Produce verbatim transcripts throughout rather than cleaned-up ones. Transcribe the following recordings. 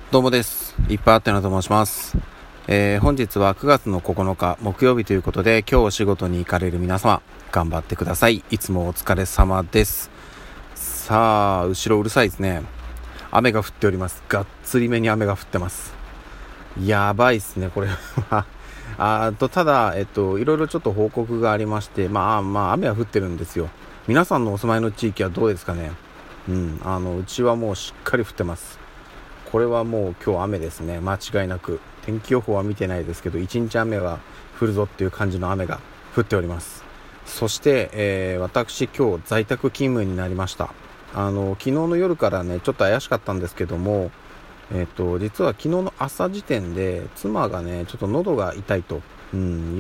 どうもです。いっぱいあってなと申します。えー、本日はくがつのここのか木曜日ということで、今日お仕事に行かれる皆様頑張ってください。いつもお疲れ様です。さあ、後ろうるさいですね。雨が降っております。がっつりめに雨が降ってます。やばいっすねこれはあとただえっといろいろちょっと報告がありまして、まあまあ雨は降ってるんですよ。皆さんのお住まいの地域はどうですかね。うんあのうちはもうしっかり降ってます。これはもう今日雨ですね。間違いなく。天気予報は見てないですけど、一日雨が降るぞっていう感じの雨が降っております。そして、えー、私今日在宅勤務になりました。あの昨日の夜からねちょっと怪しかったんですけども、えっと実は昨日の朝時点で妻がねちょっと喉が痛いと、うん、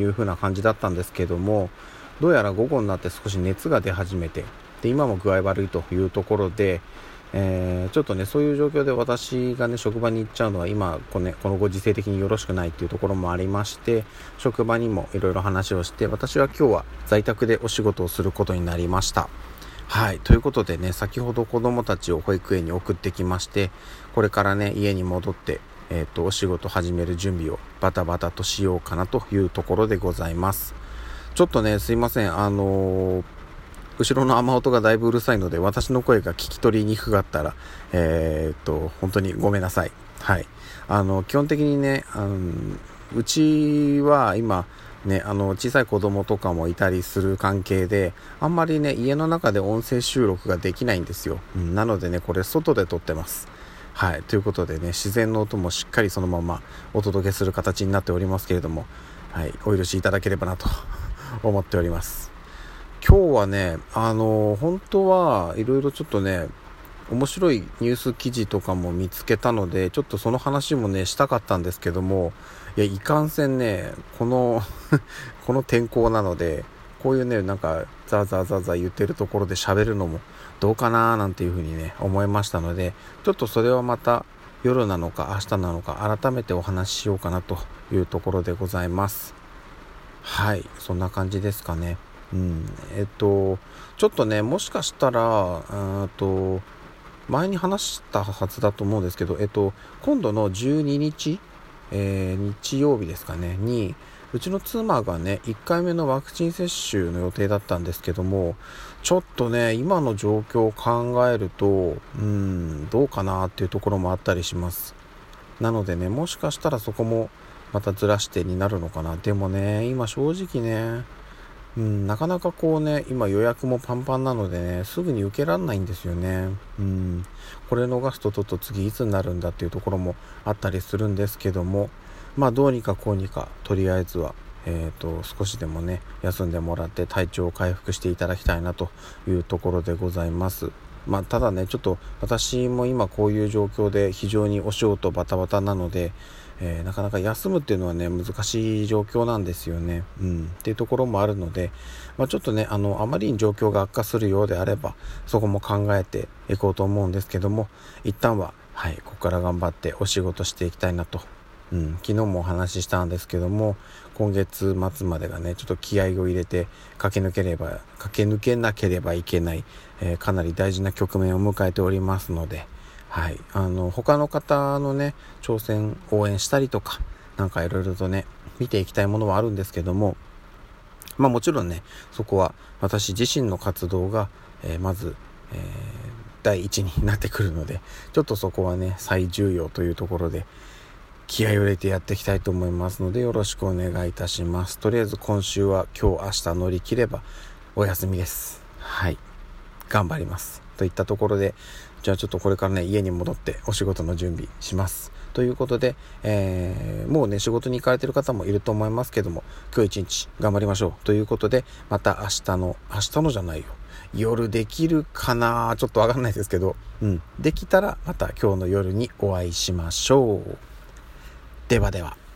いう風な感じだったんですけども、どうやら午後になって少し熱が出始めて、で今も具合悪いというところで、えー、ちょっとねそういう状況で私がね職場に行っちゃうのは今この、ね、このご時世的によろしくないっていうところもありまして、職場にもいろいろ話をして、私は今日は在宅でお仕事をすることになりました。はい、ということでね、先ほど子供たちを保育園に送ってきまして、これからね家に戻ってえっとお仕事始める準備をバタバタとしようかなというところでございます。ちょっとねすいません、あのー後ろの雨音がだいぶうるさいので、私の声が聞き取りにくかったら、えー、っと、本当にごめんなさい。はい。あの、基本的にね、あのうちは今、ね、あの、小さい子供とかもいたりする関係で、あんまりね、家の中で音声収録ができないんですよ。うん、なのでね、これ外で撮ってます。はい。ということでね、自然の音もしっかりそのままお届けする形になっておりますけれども、はい。お許しいただければなと思っております。今日はね、あのー、本当はいろいろちょっとね、面白いニュース記事とかも見つけたので、ちょっとその話もね、したかったんですけども、いや、いかんせんね、この、この天候なので、こういうね、なんか、ザーザーザーザー言ってるところで喋るのもどうかなーなんていうふうにね、思いましたので、ちょっとそれはまた夜なのか明日なのか改めてお話ししようかなというところでございます。はい、そんな感じですかね。うん、えっとちょっとねもしかしたらうんと前に話したはずだと思うんですけど、えっと今度のじゅうににち、えー、日曜日ですかねに、うちの妻がねいっかいめのワクチン接種の予定だったんですけども、ちょっとね今の状況を考えるとうんどうかなっていうところもあったりします。なのでねもしかしたらそこもまたずらしてになるのかな。でもね今正直ねうん、なかなかこうね今予約もパンパンなのでねすぐに受けられないんですよね。うん、これ逃すとちょっと次いつになるんだっていうところもあったりするんですけども、まあどうにかこうにかとりあえずはえーと少しでもね休んでもらって体調を回復していただきたいなというところでございます。まあただねちょっと私も今こういう状況で非常にお仕事バタバタなので、えー、なかなか休むっていうのはね難しい状況なんですよね。うんっていうところもあるので、まあ、ちょっとねあのあまりに状況が悪化するようであればそこも考えていこうと思うんですけども、一旦ははいここから頑張ってお仕事していきたいなと。うん、昨日もお話ししたんですけども、今月末までがねちょっと気合を入れて駆け抜ければ駆け抜けなければいけない、えー、かなり大事な局面を迎えておりますので、はい、あの他の方のね挑戦応援したりとかなんかいろいろとね見ていきたいものはあるんですけども、まあもちろんねそこは私自身の活動が、えー、まず、えー、第一になってくるので、ちょっとそこはね最重要というところで気合を入れてやっていきたいと思いますのでよろしくお願いいたします。とりあえず今週は今日明日乗り切ればお休みです。はい、頑張りますといったところで、じゃあちょっとこれからね家に戻ってお仕事の準備しますということで、えー、もうね仕事に行かれてる方もいると思いますけども、今日一日頑張りましょうということで、また明日の明日のじゃないよ夜できるかなちょっとわかんないですけど、うん、できたらまた今日の夜にお会いしましょう。ではでは。